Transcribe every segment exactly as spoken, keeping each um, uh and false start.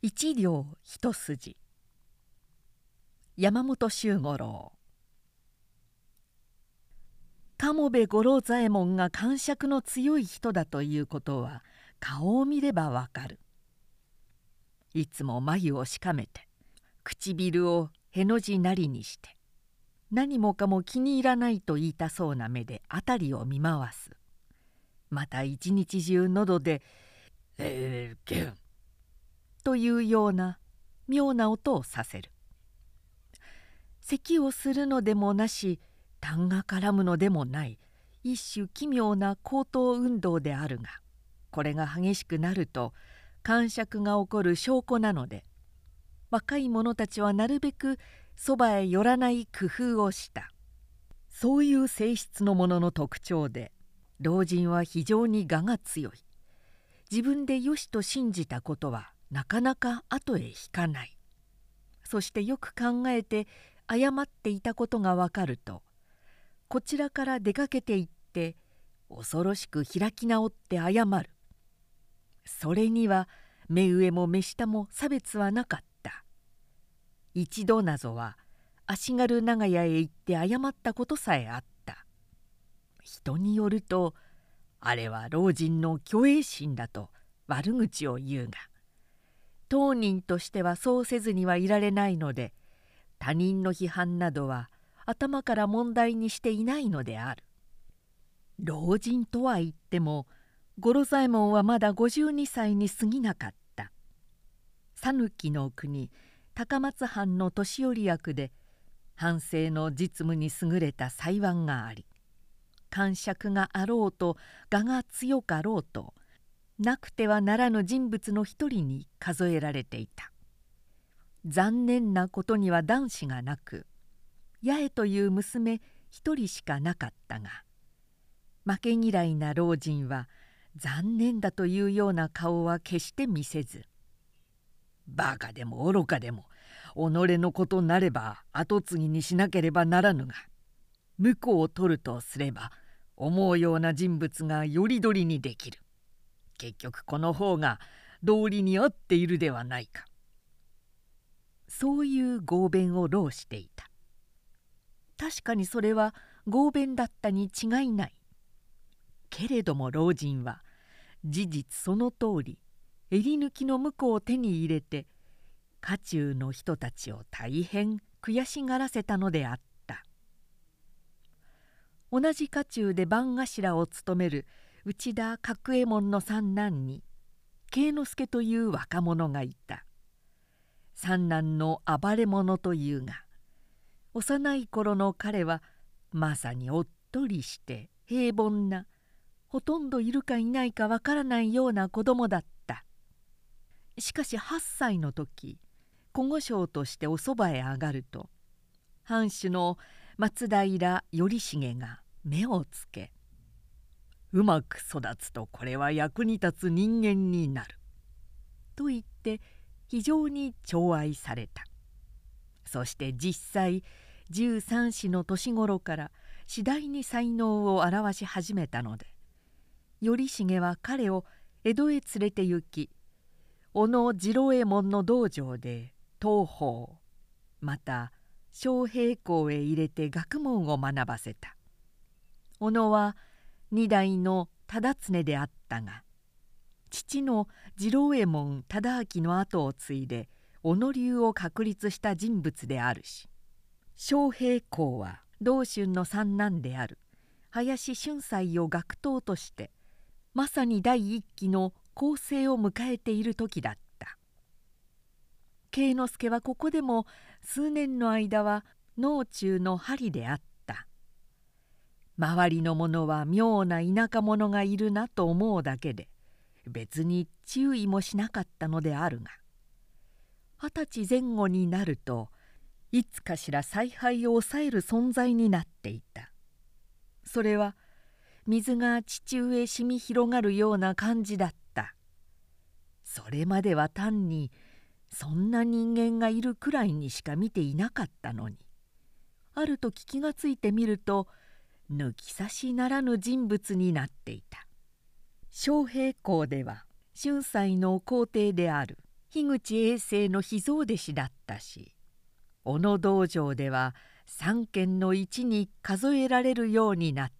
一両一筋。山本周五郎。鴨部五郎左衛門が癇癪の強い人だということは顔を見ればわかる。いつも眉をしかめて唇をへの字なりにして何もかも気に入らないと言いたそうな目で辺りを見回す。また一日中喉で「えー、ゲン」というような妙な音をさせる。咳をするのでもなし痰が絡むのでもない一種奇妙な口頭運動であるが、これが激しくなると癇癪が起こる証拠なので、若い者たちはなるべくそばへ寄らない工夫をした。そういう性質のものの特徴で、老人は非常に我が強い。自分でよしと信じたことはなかなか後へ引かない。そしてよく考えて誤っていたことがわかると、こちらから出かけていって恐ろしく開き直って謝る。それには目上も目下も差別はなかった。一度なぞは足軽長屋へ行って謝ったことさえあった。人によるとあれは老人の虚栄心だと悪口を言うが、当人としてはそうせずにはいられないので、他人の批判などは頭から問題にしていないのである。老人とは言っても五郎左衛門はまだごじゅうにさいに過ぎなかった。讃岐の国高松藩の年寄役で藩政の実務に優れた才腕があり、癇癪があろうと我が強かろうとなくてはならぬ人物の一人に数えられていた。残念なことには男子がなく、八重という娘一人しかなかったが、負け嫌いな老人は残念だというような顔は決して見せず、バカでも愚かでも己のことなれば跡継ぎにしなければならぬが、婿を取るとすれば思うような人物がよりどりにできる。結局この方が道理に合っているではないか。そういう豪弁を弄していた。確かにそれは豪弁だったに違いない。けれども老人は事実その通り襟抜きの婿を手に入れて家中の人たちを大変悔しがらせたのであった。同じ家中で番頭を務める内田角右衛門の三男に慶之助という若者がいた。三男の暴れ者というが、幼い頃の彼はまさにおっとりして平凡な、ほとんどいるかいないかわからないような子供だった。しかしはっさいの時、小御所としておそばへ上がると、藩主の松平頼重が目をつけ、うまく育つとこれは役に立つ人間になると言って非常に寵愛された。そして実際じゅうさん子の年頃から次第に才能を現し始めたので、頼重は彼を江戸へ連れて行き、小野次郎右衛門の道場で東方また昌平校へ入れて学問を学ばせた。小野は二代の忠常であったが、父の次郎右衛門忠明の後を継いで小野流を確立した人物であるし、昌平公は同春の三男である林俊斎を学頭としてまさに第一期の校正を迎えている時だった。慶之助はここでも数年の間は農中の針であった。周りの者は妙な田舎者がいるなと思うだけで別に注意もしなかったのであるが、二十歳前後になるといつかしら采配を抑える存在になっていた。それは水が地中へ染み広がるような感じだった。それまでは単にそんな人間がいるくらいにしか見ていなかったのに、ある時気がついてみると抜き差しならぬ人物になっていた。昌平公では俊斎の皇帝である樋口衛生の秘蔵弟子だったし、小野道場では三軒の一に数えられるようになった。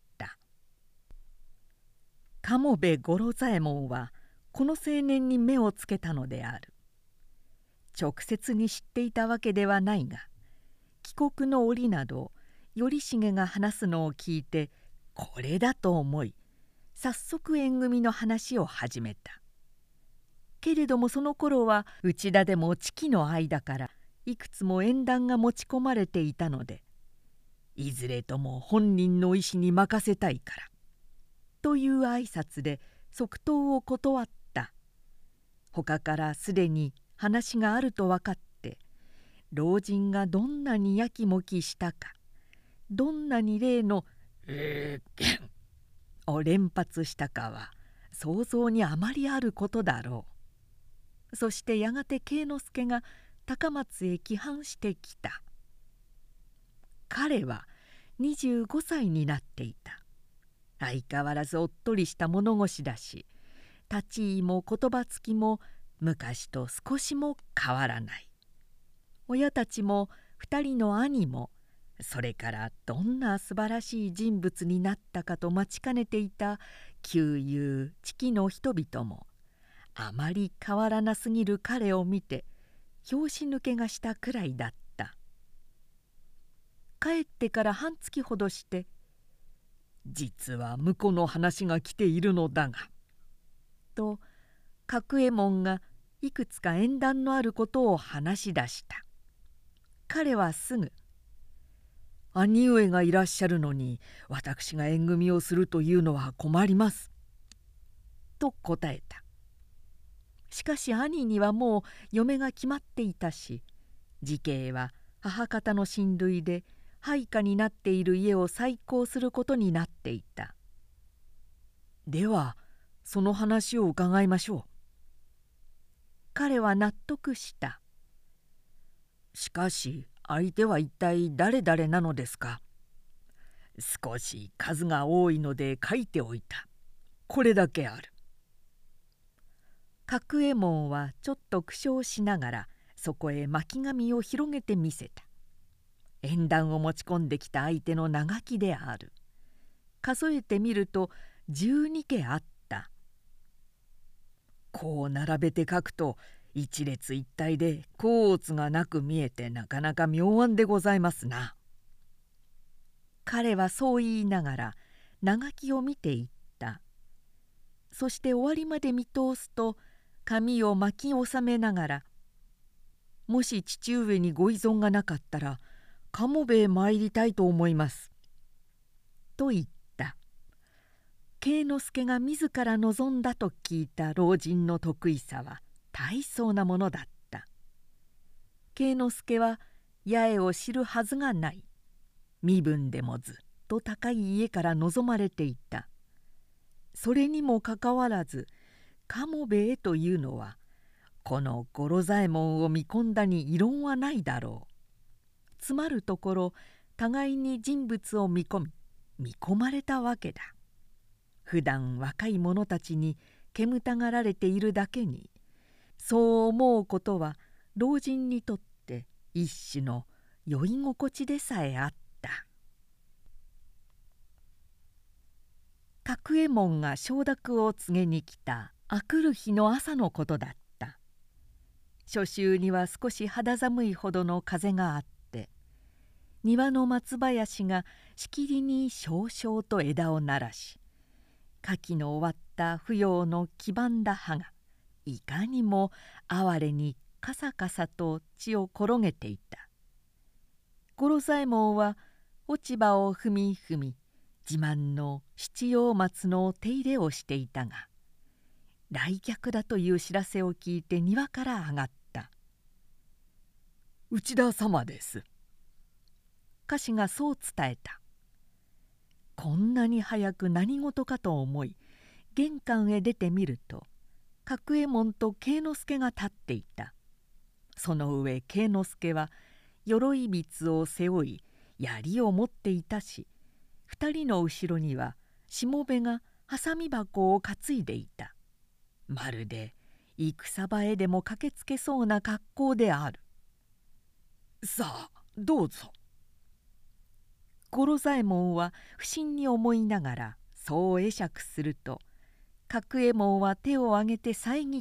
鴨部五郎左衛門はこの青年に目をつけたのである。直接に知っていたわけではないが、帰国の折など頼重が話すのを聞いてこれだと思い、早速縁組の話を始めた。けれどもその頃は内田でも知己の間からいくつも縁談が持ち込まれていたので、いずれとも本人の意思に任せたいからという挨拶で即答を断った。他からすでに話があると分かって、老人がどんなにやきもきしたか、どんなに例の「うーっ」を連発したかは想像にあまりあることだろう。そしてやがて慶之助が高松へ帰還してきた。彼はにじゅうごさいになっていた。相変わらずおっとりした物腰だし、立ち居も言葉つきも昔と少しも変わらない。親たちも二人の兄も、それからどんな素晴らしい人物になったかと待ちかねていた旧友知己の人々も、あまり変わらなすぎる彼を見て拍子抜けがしたくらいだった。帰ってから半月ほどして「実は婿の話が来ているのだが」と角右衛門がいくつか縁談のあることを話し出した。彼はすぐ「兄上がいらっしゃるのに私が縁組をするというのは困ります」と答えた。しかし兄にはもう嫁が決まっていたし、次兄は母方の親類で配下になっている家を再興することになっていた。ではその話を伺いましょう。彼は納得した。しかし相手は一体誰々なのですか。少し数が多いので書いておいた。これだけある。角右衛門はちょっと苦笑しながらそこへ巻紙を広げてみせた。縁談を持ち込んできた相手の長きである。数えてみるとじゅうにけあった。こう並べて書くと一列一体で甲乙がなく見えてなかなか妙案でございますな。彼はそう言いながら長きを見ていった。そして終わりまで見通すと紙を巻き収めながら「もし父上にご依存がなかったら鴨部へ参りたいと思います」と言った。慶之助が自ら望んだと聞いた老人の得意さは大層なものだった。慶之助は八重を知るはずがない。身分でもずっと高い家から望まれていた。それにもかかわらず鴨部へというのはこの五郎左衛門を見込んだに異論はないだろう。つまるところ互いに人物を見込み見込まれたわけだ。普段若い者たちに煙たがられているだけに、そう思うことは老人にとって一種の酔い心地でさえあった。角右衛門が承諾を告げに来たあくる日の朝のことだった。初秋には少し肌寒いほどの風があって、庭の松林がしきりにしょうしょうと枝を鳴らし、柿の終わった芙蓉の黄ばんだ葉がいかにも哀れにカサカサと血を転げていた。五郎左衛門は落ち葉を踏み踏み自慢の七葉松の手入れをしていたが、来客だという知らせを聞いて庭から上がった。「内田様です」。家臣がそう伝えた。こんなに早く何事かと思い玄関へ出てみると角右衛門と慶之助が立っていた。その上慶之助は鎧びを背負い槍を持っていたし、二人の後ろにはしもべがはさみ箱を担いでいた。まるで戦場へでも駆けつけそうな格好である。さあどうぞ。五郎左衛門は不審に思いながらそう会釈すると、角右衛門は手を挙げて遮った。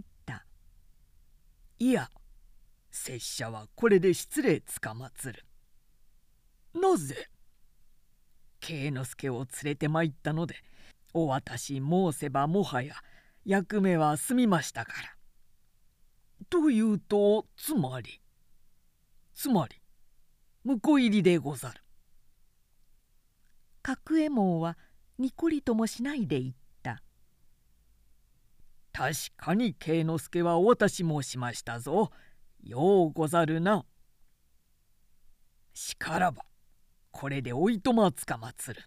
いや、拙者はこれで失礼つかまつる。なぜ？慶之助を連れて参ったので、お渡し申せばもはや役目は済みましたから。というとつまりつまり婿入りでござる。角右衛門はにこりともしないで言った。確かに慶之助はお渡し申しましたぞ。ようござるな。しからばこれでおいとまつかまつる。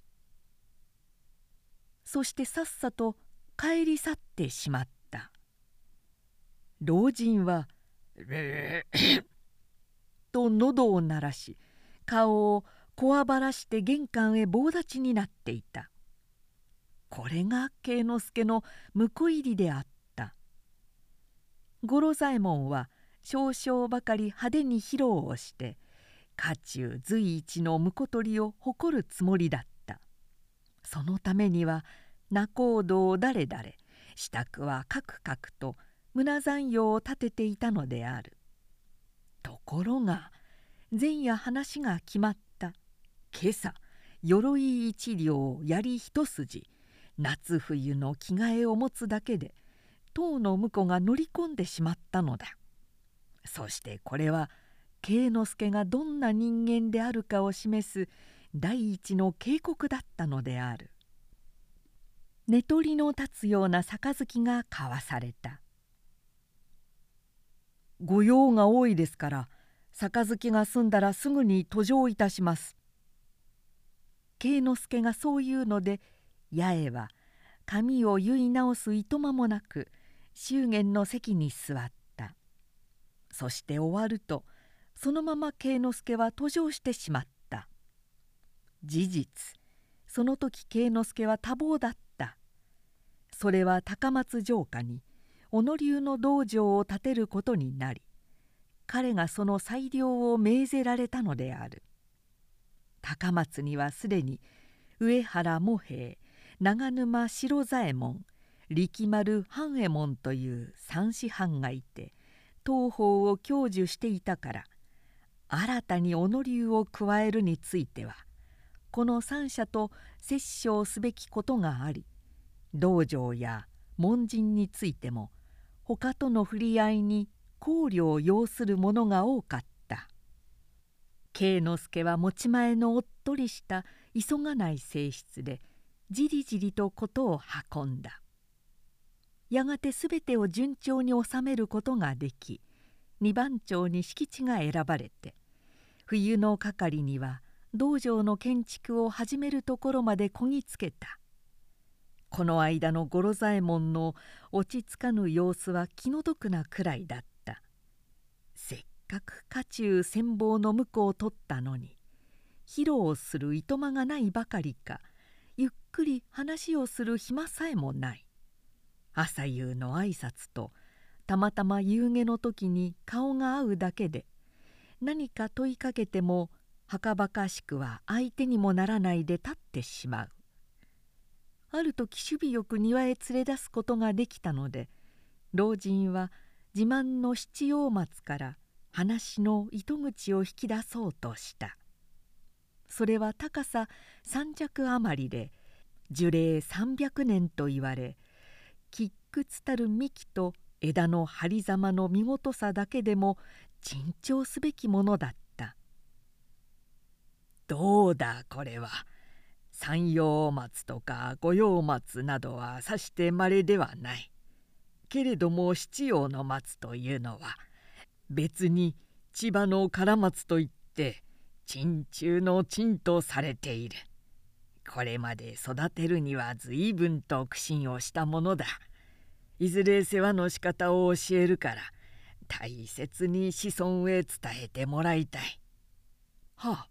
そしてさっさと帰り去ってしまった。老人は「れー」と喉を鳴らし、顔をこわばらして玄関へ棒立ちになっていた。これが慶之助の婿入りであった。五郎左衛門は少々ばかり派手に披露をして家中随一の婿取りを誇るつもりだった。そのためには仲人誰々支度はかくかくと胸残用を立てていたのである。ところが前夜話が決まった今朝、鎧一両槍一筋夏冬の着替えを持つだけで当の婿が乗り込んでしまったのだ。そしてこれは慶之助がどんな人間であるかを示す第一の警告だったのである。寝取りの立つような杯が交わされた。御用が多いですから杯が済んだらすぐに登城いたします。慶之助がそう言うので、八重は髪を結い直すいとまもなく祝言の席に座った。そして終わるとそのまま慶之助は登城してしまった。事実その時慶之助は多忙だった。それは高松城下に小野流の道場を建てることになり、彼がその裁量を命ぜられたのである。高松にはすでに上原茂平、長沼白左衛門、力丸半右衛門という三師範がいて当方を享受していたから、新たに小野流を加えるについてはこの三者と折衝すべきことがあり、道場や門人についても他との振り合いに考慮を要するものが多かった。慶之助は持ち前のおっとりした急がない性質でじりじりと事を運んだ。やがてすべてを順調に収めることができ、二番町に敷地が選ばれて、冬の係には道場の建築を始めるところまでこぎつけた。この間の五郎左衛門の落ち着かぬ様子は気の毒なくらいだった。せっかく家中羨望の婿を取ったのに、披露するいとまがないばかりか、ゆっくり話をする暇さえもない。朝夕の挨拶とたまたま夕げの時に顔が合うだけで、何か問いかけてもはかばかしくは相手にもならないで立ってしまう。ある時守備よく庭へ連れ出すことができたので、老人は自慢の七葉松から話の糸口を引き出そうとした。それは高さ三尺余りで樹齢三百年と言われ、亀屈たる幹と枝の張りざまの見事さだけでも珍重すべきものだった。どうだこれは、三葉松とか五葉松などはさしてまれではない。けれども七葉の松というのは別に千葉の唐松といって珍中の珍とされている。これまで育てるには随分と苦心をしたものだ。いずれ世話の仕方を教えるから大切に子孫へ伝えてもらいたい。はあ。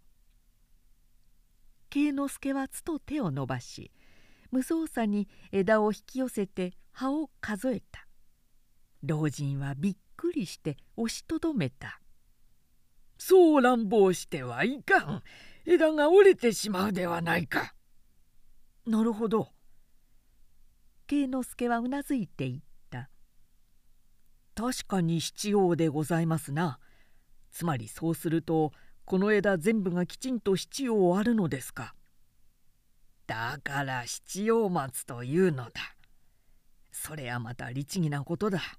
慶之助はつと手を伸ばし、無造作に枝を引き寄せて葉を数えた。 老人はびっくりして押しとどめた。 そう乱暴してはいかん。枝が折れてしまうではないか。 なるほど。慶之助はうなずいていった。確かに七葉でございますな。つまりそうするとこの枝全部がきちんと七葉あるのですか。 だから七葉松というのだ。 それはまた律儀なことだ。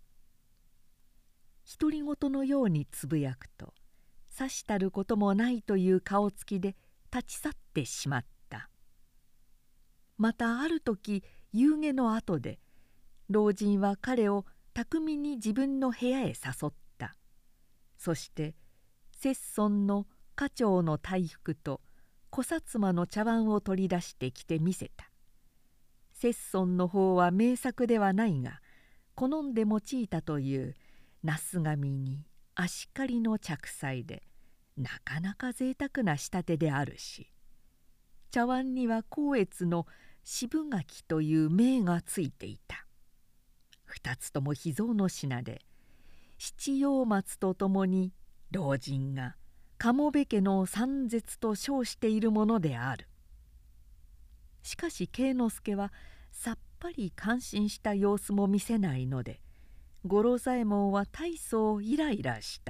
独り言のようにつぶやくと、さしたることもないという顔つきで立ち去ってしまった。またある時夕げの後で老人は彼を巧みに自分の部屋へ誘った。そして摂尊の花鳥の大福と小薩摩の茶碗を取り出してきて見せた。摂尊の方は名作ではないが好んで用いたという那須紙に足刈りの着彩でなかなか贅沢な仕立てであるし、茶碗には光悦の渋柿という銘がついていた。二つとも秘蔵の品で、七葉松とともに老人が鴨部家の三絶と称しているものである。しかし慶之助はさっぱり感心した様子も見せないので、五郎左衛門は大層イライラした。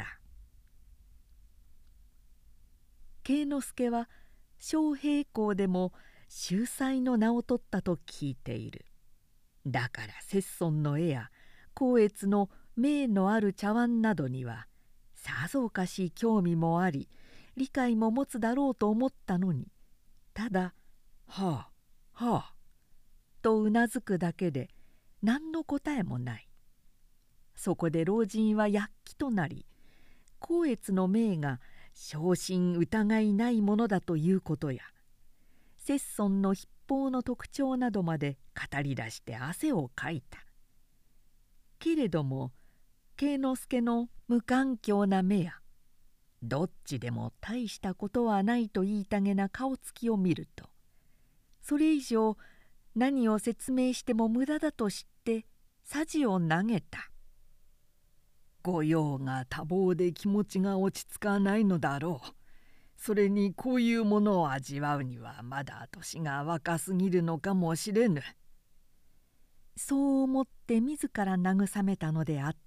慶之助は昌平公でも秀才の名を取ったと聞いている。だから摂尊の絵や光悦の銘のある茶碗などにはさぞかし興味もあり理解も持つだろうと思ったのに、ただ「はあはあ」とうなずくだけで何の答えもない。そこで老人は躍起となり、光悦の銘が小心疑いないものだということや、摂尊の筆法の特徴などまで語り出して汗をかいた。けれども慶之助の無環境な目やどっちでも大したことはないと言いたげな顔つきを見ると、それ以上何を説明しても無駄だと知ってさじを投げた。 御用が多忙で気持ちが落ち着かないのだろう。それにこういうものを味わうにはまだ年が若すぎるのかもしれぬ。 そう思って自ら慰めたのであった。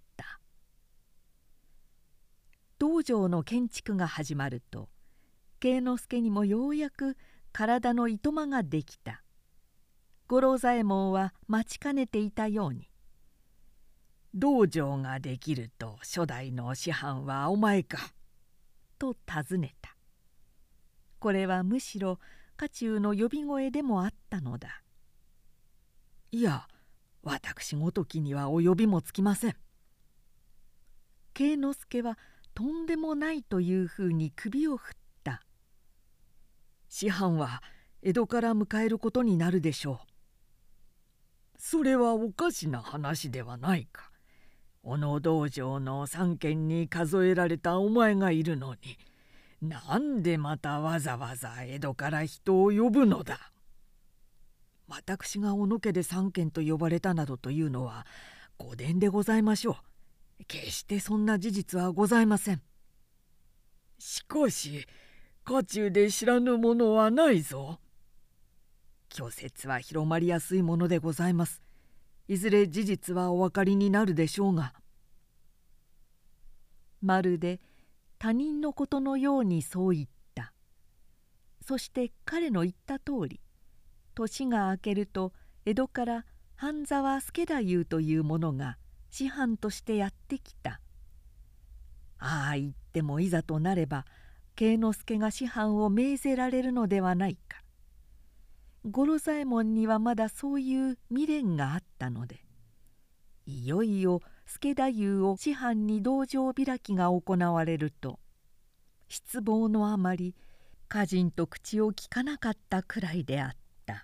道場の建築が始まると慶之助にもようやく体のいとまができた。五郎左衛門は待ちかねていたように 「道場ができると初代の師範はお前か?」 と尋ねた。これはむしろ家中の呼び声でもあったのだ。 いや、私ごときにはお呼びもつきません。 慶之助はとんでもないというふうに首を振った。 師範は江戸から迎えることになるでしょう。それはおかしな話ではないか。小野道場の三軒に数えられたお前がいるのに、なんでまたわざわざ江戸から人を呼ぶのだ。私が小野家で三軒と呼ばれたなどというのは誤伝でございましょう。決してそんな事実はございません。しかし家中で知らぬものはないぞ。虚説は広まりやすいものでございます。いずれ事実はお分かりになるでしょうが。 まるで他人のことのようにそう言った。そして彼の言った通り、年が明けると江戸から半沢助太夫という者が師範としてやってきた。ああ言ってもいざとなれば慶之助が師範を命ぜられるのではないか。五郎左衛門にはまだそういう未練があったので、いよいよ助太夫を師範に道場開きが行われると失望のあまり歌人と口をきかなかったくらいであった。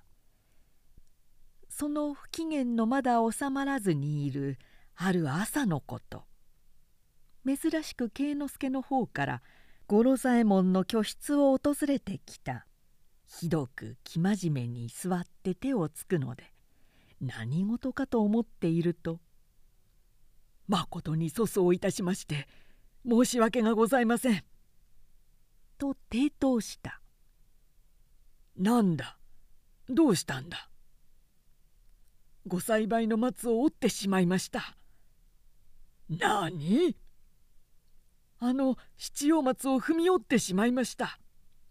その不機嫌のまだ収まらずにいるある朝のこと、珍しく慶之助の方から五郎左衛門の居室を訪れてきた。ひどく生真面目に座って手をつくので何事かと思っているとまことに粗相いたしまして申し訳がございません。 と抵当した。 なんだ、どうしたんだ。ご栽培の松を折ってしまいました。なに？あの七葉松を踏み折ってしまいました。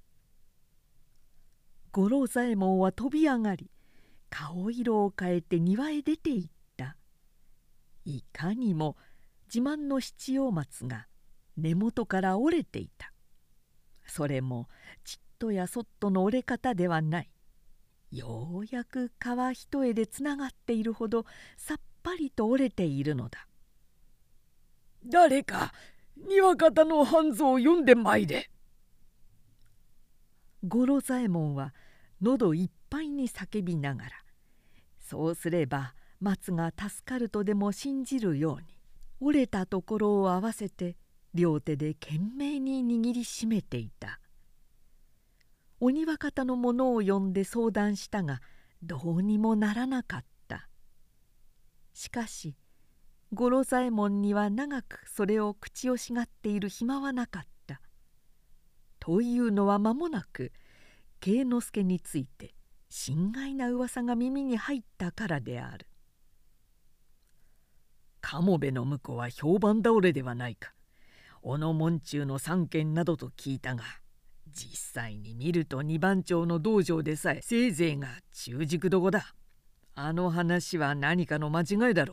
五郎左衛門は飛び上がり、顔色を変えて庭へ出て行った。いかにも自慢の七葉松が根元から折れていた。それもちっとやそっとの折れ方ではない。ようやく皮一重でつながっているほどさっぱりと折れているのだ。 誰か庭方の半蔵を読んでまいれ。 五郎左衛門は喉いっぱいに叫びながら、そうすれば松が助かるとでも信じるように折れたところを合わせて両手で懸命に握りしめていた。お庭方の者を呼んで相談したがどうにもならなかった。しかし五郎左衛門には長くそれを口惜しがっている暇はなかった。というのは間もなく慶之助について心外な噂が耳に入ったからである。 鴨部の婿は評判倒れではないか。小野門中の三件などと聞いたが、実際に見ると二番町の道場でさえせいぜいが中軸どこだ。あの話は何かの間違いだろ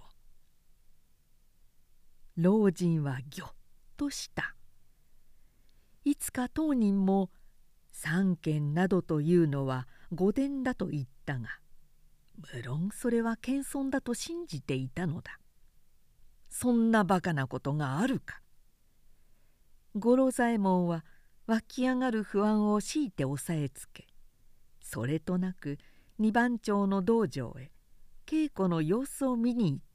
う。老人はぎょっとした。いつか当人も三件などというのは御殿だと言ったが、無論それは謙遜だと信じていたのだ。そんなバカなことがあるか。五郎左衛門は湧き上がる不安を強いて押さえつけ、それとなく二番町の道場へ稽古の様子を見に行った。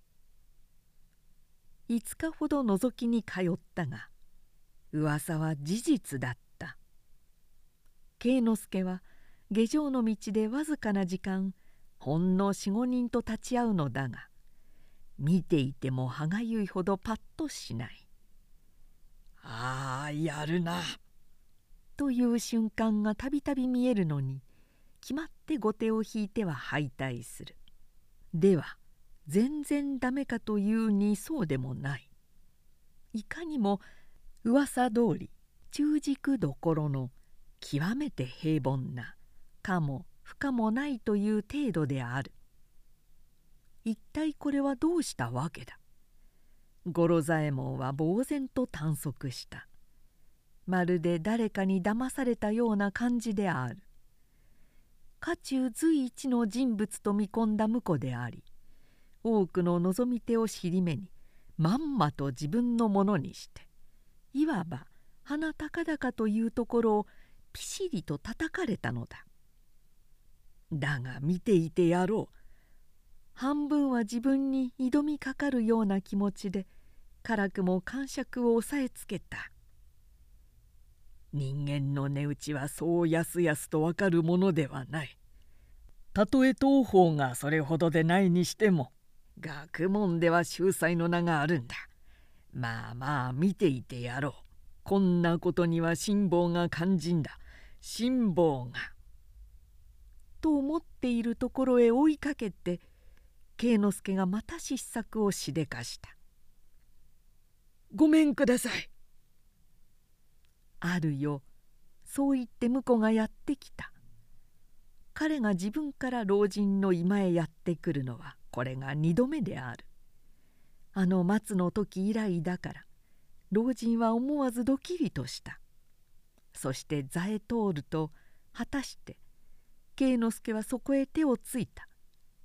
五日ほど覗きに通ったが噂は事実だった。慶之助は下城の道でわずかな時間ほんの四五人と立ち会うのだが、見ていても歯がゆいほどパッとしない。 ああ、やるなという瞬間がたびたび見えるのに、決まって後手を引いては敗退する。では全然ダメかというにそうでもない。いかにも噂通り中軸どころの極めて平凡な可も不可もないという程度である。一体これはどうしたわけだ。五郎左衛門は呆然と探索した。まるで誰かに騙されたような感じである。家中随一の人物と見込んだ婿であり、多くの望み手を尻目にまんまと自分のものにして、いわば鼻高々というところをピシリと叩かれたのだ。だが見ていてやろう。半分は自分に挑みかかるような気持ちで辛くも癇癪を押さえつけた。 人間の値打ちはそうやすやすとわかるものではない。たとえ東方がそれほどでないにしても、学問では秀才の名があるんだ。まあまあ見ていてやろう。こんなことには辛抱が肝心だ。辛抱が。 と思っているところへ追いかけて、慶之助がまた失策をしでかした。 ごめんください。 あるよ、そう言って婿がやってきた。彼が自分から老人の居間へやってくるのはこれが二度目である。あの松の時以来だから老人は思わずドキリとした。そして座へ通ると果たして慶之助はそこへ手をついた。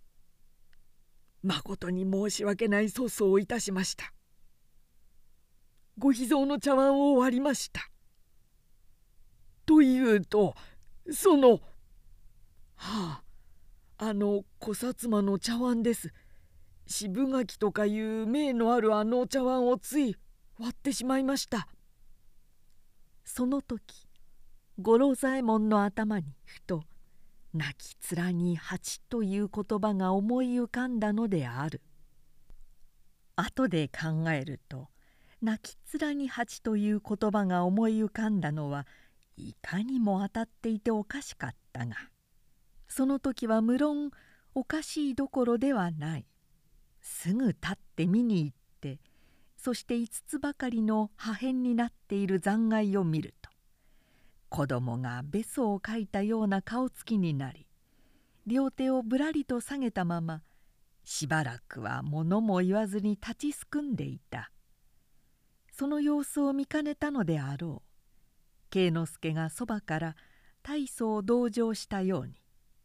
まことに申し訳ない粗相をいたしました。ご秘蔵の茶碗を割りました。というとそのはああの小薩摩の茶碗です。渋柿とかいう銘のあるあの茶碗をつい割ってしまいました。 その時五郎左衛門の頭にふと泣き面に蜂という言葉が思い浮かんだのである。 後で考えると「泣きっ面に蜂」という言葉が思い浮かんだのはいかにも当たっていておかしかったが、その時は無論おかしいどころではない。すぐ立って見に行って、そして五つばかりの破片になっている残骸を見ると、子供がべそをかいたような顔つきになり、両手をぶらりと下げたまましばらくは物も言わずに立ちすくんでいた。その様子を見かねたのであろう。慶之助がそばから大層同情したように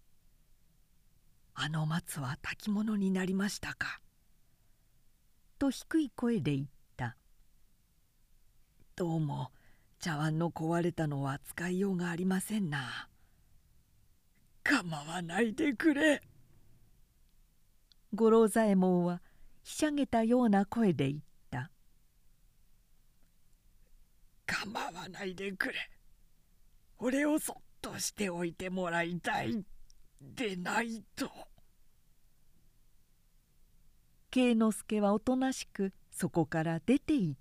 「あの松は炊き物になりましたか」と低い声で言った「どうも茶碗の壊れたのは使いようがありませんな」。「構わないでくれ」五郎左衛門はひしゃげたような声で言った「構わないでくれ。俺をそっとしておいてもらいたいでないと」。慶之助はおとなしくそこから出て行った。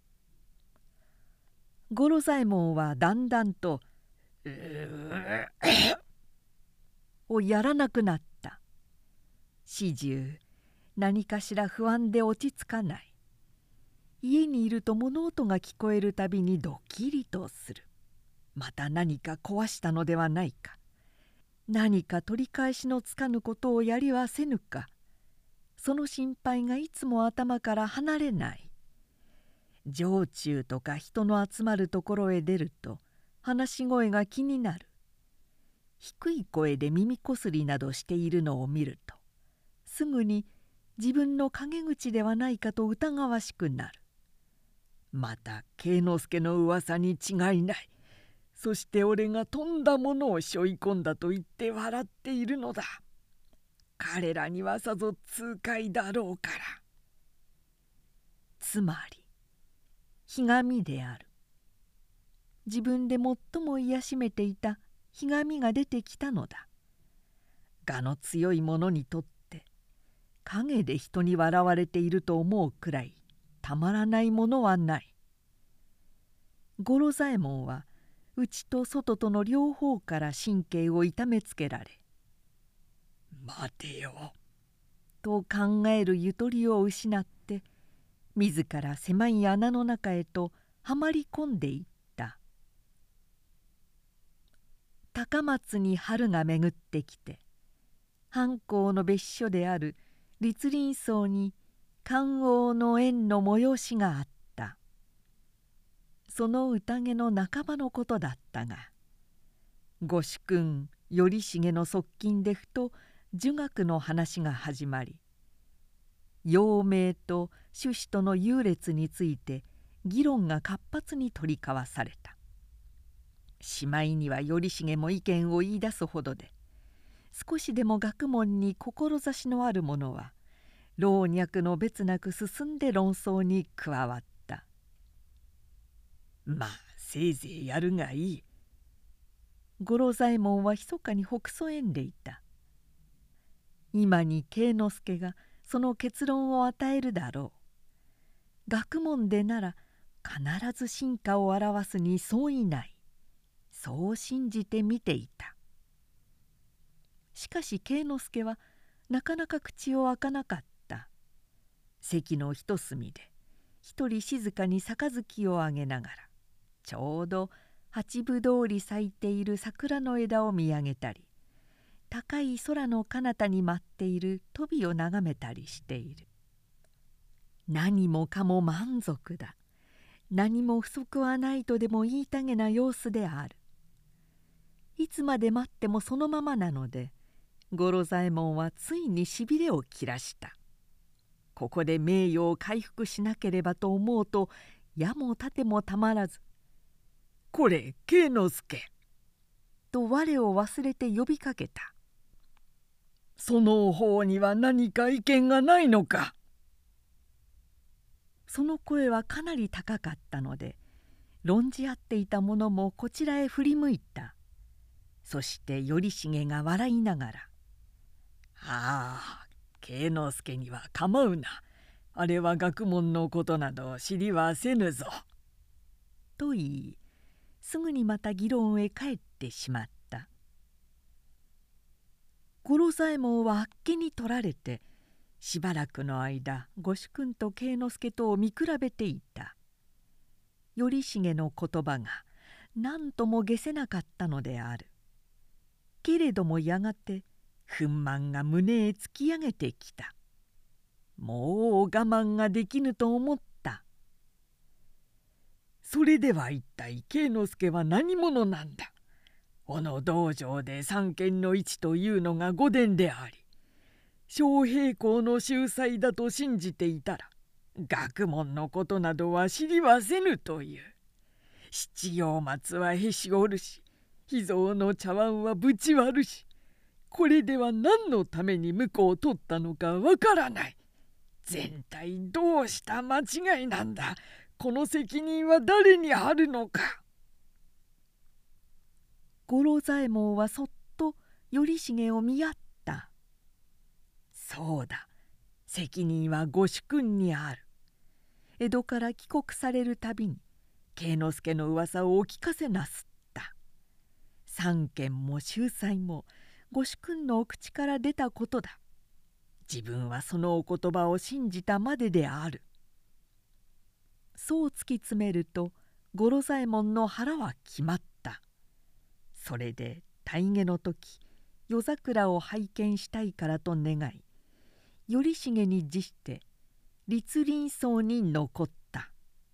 五郎左衛門はだんだんと「うーをやらなくなった。始終何かしら不安で落ち着かない。家にいると物音が聞こえるたびにドキリとする。また何か壊したのではないか、何か取り返しのつかぬことをやりはせぬか、その心配がいつも頭から離れない。城中とか人の集まるところへ出ると話し声が気になる。低い声で耳こすりなどしているのを見るとすぐに自分の陰口ではないかと疑わしくなる。また慶之助の噂に違いない。そして俺がとんだものを背負い込んだと言って笑っているのだ。彼らにはさぞ痛快だろうから。つまりひがみである。自分で最も癒しめていたひがみが出てきたのだ。我の強い者にとって陰で人に笑われていると思うくらいたまらないものはない。五郎左衛門は内と外との両方から神経を痛めつけられ「待てよ」と考えるゆとりを失って自ら狭い穴の中へとはまり込んでいった。高松に春が巡ってきて藩公の別所である栗林荘に観王の宴の催しがあった。その宴の半ばのことだったが、ご主君頼重の側近でふと儒学の話が始まり、陽明と朱子との優劣について議論が活発に取り交わされた。しまいには頼重も意見を言い出すほどで、少しでも学問に志のある者は老若の別なく進んで論争に加わった。まあせいぜいやるがいい。五郎左衛門は密かにほくそ笑んでいた。今に慶之助がその結論を与えるだろう。学問でなら必ず真価を表すに相違ない。そう信じて見ていた。しかし慶之助はなかなか口を開かなかった。席の一隅で一人静かに杯をあげながらちょうど八分通り咲いている桜の枝を見上げたり、高い空の彼方に舞っているトビを眺めたりしている。何もかも満足だ。何も不足はないとでも言いたげな様子である。いつまで待ってもそのままなので、五郎左衛門はついにしびれを切らした。ここで名誉を回復しなければと思うと矢も盾もたまらず「これ慶之助」と我を忘れて呼びかけた。「その方には何か意見がないのか」。その声はかなり高かったので論じ合っていた者もこちらへ振り向いた。そして頼重が笑いながら「ああ慶之助には構うな。 あれは学問のことなど知りはせぬぞ。 と言い、すぐにまた議論へ帰ってしまった。五郎左衛門はあっけに取られて、しばらくの間御主君と慶之助とを見比べていた。頼重の言葉が何とも解せなかったのである。けれどもやがて憤懣が胸へ突き上げてきた。もう我慢ができぬと思った。 それでは一体慶之助は何者なんだ。この道場で三権の一というのが御殿であり、小平公の秀才だと信じていたら、学問のことなどは知りはせぬという。七葉松はへし折るし、秘蔵の茶碗はぶち割るし、これでは何のために婿を取ったのかわからない。全体どうした間違いなんだ。この責任は誰にあるのか。 五郎左衛門はそっと頼重を見合った。 そうだ、責任は御主君にある。 江戸から帰国されるたびに慶之助の噂をお聞かせなすった。三件も秀才も御主君のお口から出たことだ。自分はそのお言葉を信じたまでである。そう突き詰めると五郎左衛門の腹は決まった。それで大下の時夜桜を拝見したいからと願い、頼重に辞して栗林荘に残った。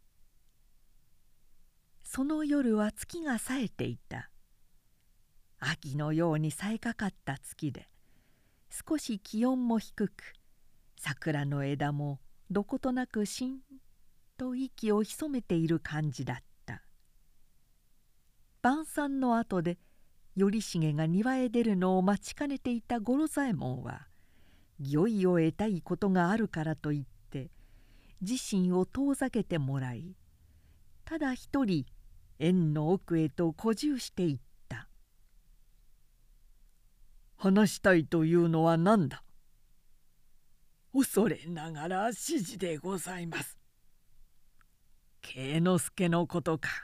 その夜は月が冴えていた。秋のように冴えかかった月で、少し気温も低く、桜の枝もどことなくしんと息を潜めている感じだった。晩餐の後で頼重が庭へ出るのを待ちかねていた五郎左衛門は、御意を得たいことがあるからといって自身を遠ざけてもらい、ただ一人園の奥へと小従していった。 話したいというのは何だ。恐れながら指示でございます。慶之助のことか。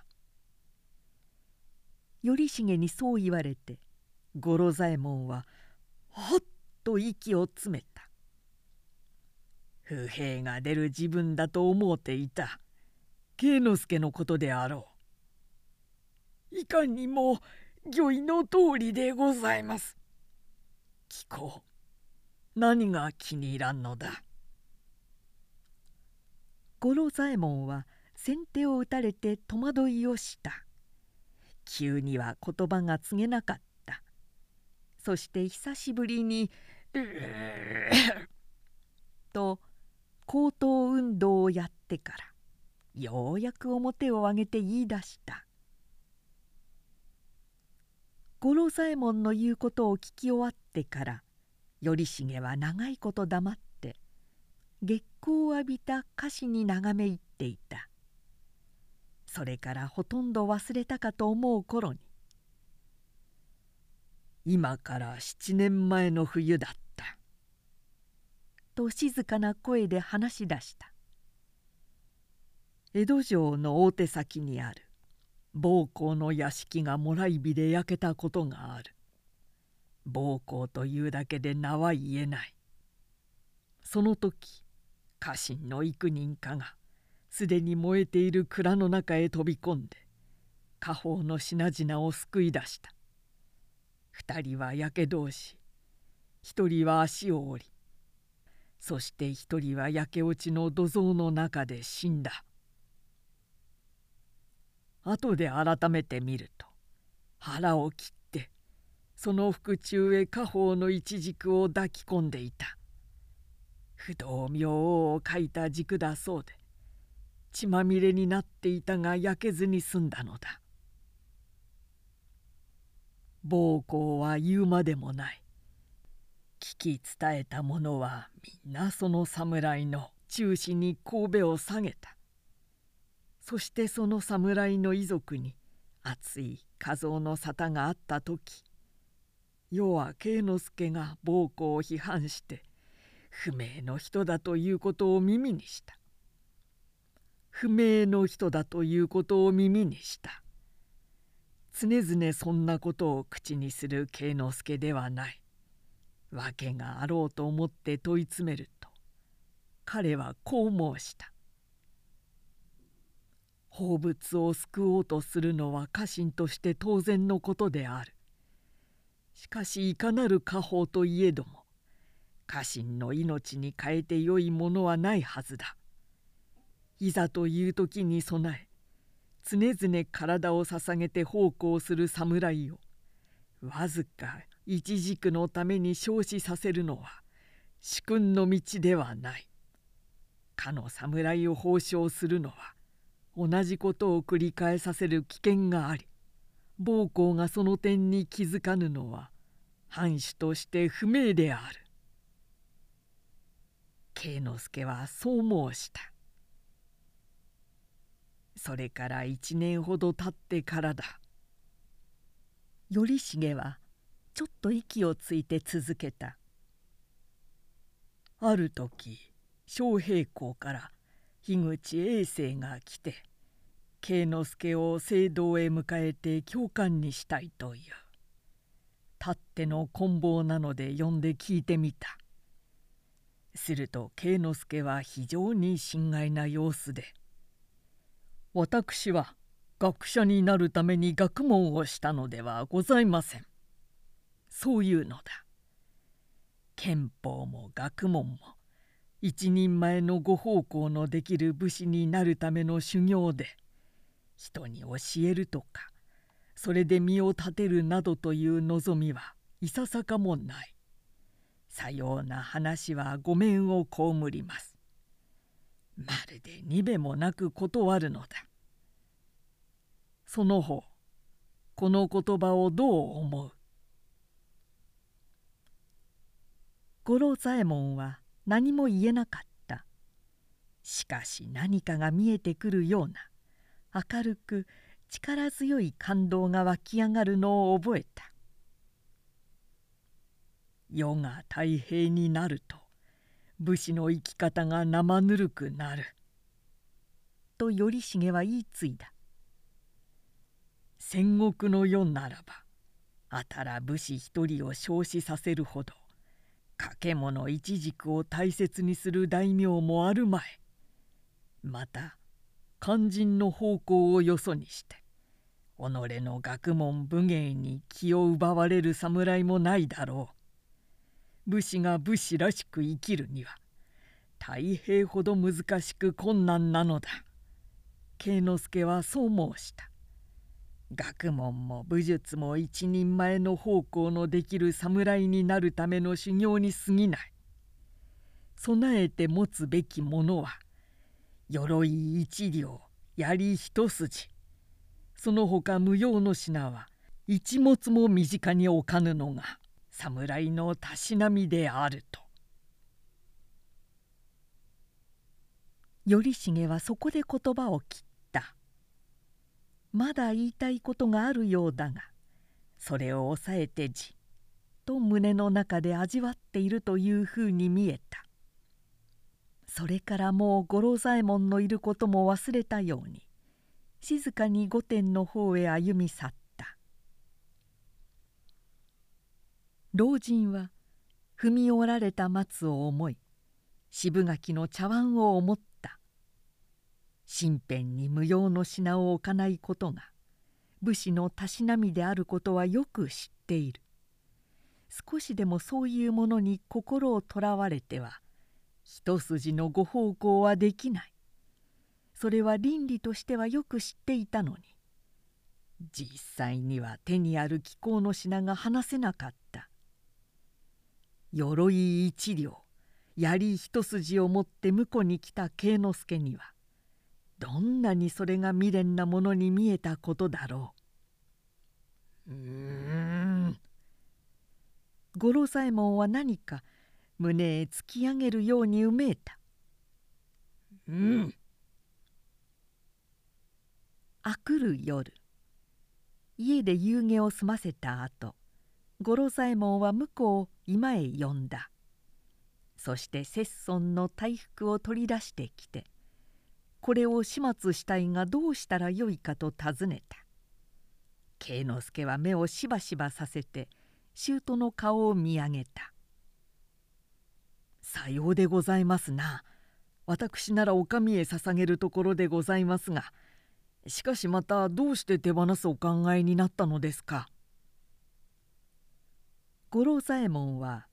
頼重にそう言われて五郎左衛門はほっと息を詰めた。 不平が出る自分だと思うていた慶之助のことであろう。いかにも御意の通りでございます。聞こう。何が気に入らんのだ。 五郎左衛門は先手を打たれて戸惑いをした。急には言葉が告げなかった。そして久しぶりにと口頭運動をやってからようやく面を上げて言い出した。五郎左衛門の言うことを聞き終わってから頼重は長いこと黙って月光を浴びた菓子に眺め入っていた。それからほとんど忘れたかと思う頃に 「今から七年前の冬だった」 と静かな声で話し出した。 江戸城の大手先にある奉公の屋敷がもらい火で焼けたことがある。奉公というだけで名は言えない。その時家臣の幾人かがすでに燃えている蔵の中へ飛び込んで家宝の品々を救い出した。二人はやけどをし、一人は足を折り、そして一人は焼け落ちの土蔵の中で死んだ。後で改めて見ると腹を切ってその腹中へ家宝の一軸を抱き込んでいた。不動明王を書いた軸だそうで血まみれになっていたが焼けずに済んだのだ。奉公は言うまでもない。聞き伝えた者はみんなその侍の中心に頭を下げた。そしてその侍の遺族に熱い家蔵の沙汰があった時、世は慶之助が奉公を批判して不明の人だということを耳にした。不明の人だということを耳にした。常々そんなことを口にする慶之助ではない。訳があろうと思って問い詰めると、彼はこう申した。放物を救おうとするのは家臣として当然のことである。しかしいかなる家宝といえども、家臣の命に代えてよいものはないはずだ。いざという時に備え、常々体を捧げて奉公する侍をわずか一軸のために焼死させるのは主君の道ではない。かの侍を褒賞するのは同じことを繰り返させる危険があり、奉公がその点に気づかぬのは藩主として不明である。慶之助はそう申した。それから一年ほど経ってからだ。 頼重はちょっと息をついて続けた。 ある時昌平公から樋口永世が来て、慶之助を聖堂へ迎えて教官にしたいという。たっての棍棒なので呼んで聞いてみた。すると慶之助は非常に心外な様子で、私は学者になるために学問をしたのではございません。そういうのだ。憲法も学問も一人前のご奉公のできる武士になるための修行で、人に教えるとかそれで身を立てるなどという望みはいささかもない。さような話はご免を被ります。まるでにべもなく断るのだ。その方、この言葉をどう思う？ 五郎左衛門は何も言えなかった。しかし何かが見えてくるような明るく力強い感動が湧き上がるのを覚えた。 世が太平になると武士の生き方が生ぬるくなる。 と頼重は言い継いだ。 戦国の世ならばあたら武士一人を焼死させるほど掛物一軸を大切にする大名もあるまい。また肝心の奉公をよそにして己の学問武芸に気を奪われる侍もないだろう。武士が武士らしく生きるには太平ほど難しく困難なのだ。慶之助はそう申した。学問も武術も一人前の奉公のできる侍になるための修行に過ぎない。備えて持つべきものは鎧一両、槍一筋、その他無用の品は一物も身近に置かぬのが侍のたしなみであると。 頼重はそこで言葉を切った。まだ言いたいことがあるようだが、それを抑えてじっと胸の中で味わっているというふうに見えた。それからもう五郎左衛門のいることも忘れたように静かに御殿の方へ歩み去った。老人は踏み折られた松を思い、渋柿の茶碗を思った。身辺に無用の品を置かないことが武士のたしなみであることはよく知っている。少しでもそういうものに心をとらわれては一筋のご奉公はできない。それは倫理としてはよく知っていたのに、実際には手にある貴公の品が離せなかった。鎧一両、槍一筋を持って婿に来た慶之助にはどんなにそれが未練なものに見えたことだろう。うーん。五郎左衛門は何か胸へ突き上げるようにうめいた。 うん。 あくる夜、家で夕げを済ませたあと、五郎左衛門は婿を居間へ呼んだ。 そして節尊の大福を取り出してきて、これを始末したいがどうしたらよいかと尋ねた。慶之助は目をしばしばさせて舅の顔を見上げた。 さようでございますな。私ならお上へ捧げるところでございますが、しかしまたどうして手放すお考えになったのですか。 五郎左衛門は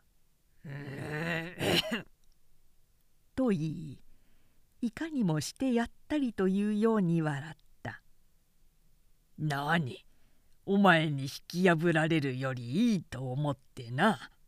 「と言い、いかにもしてやったりというように笑った。 なに、お前に引き破られるよりいいと思ってな。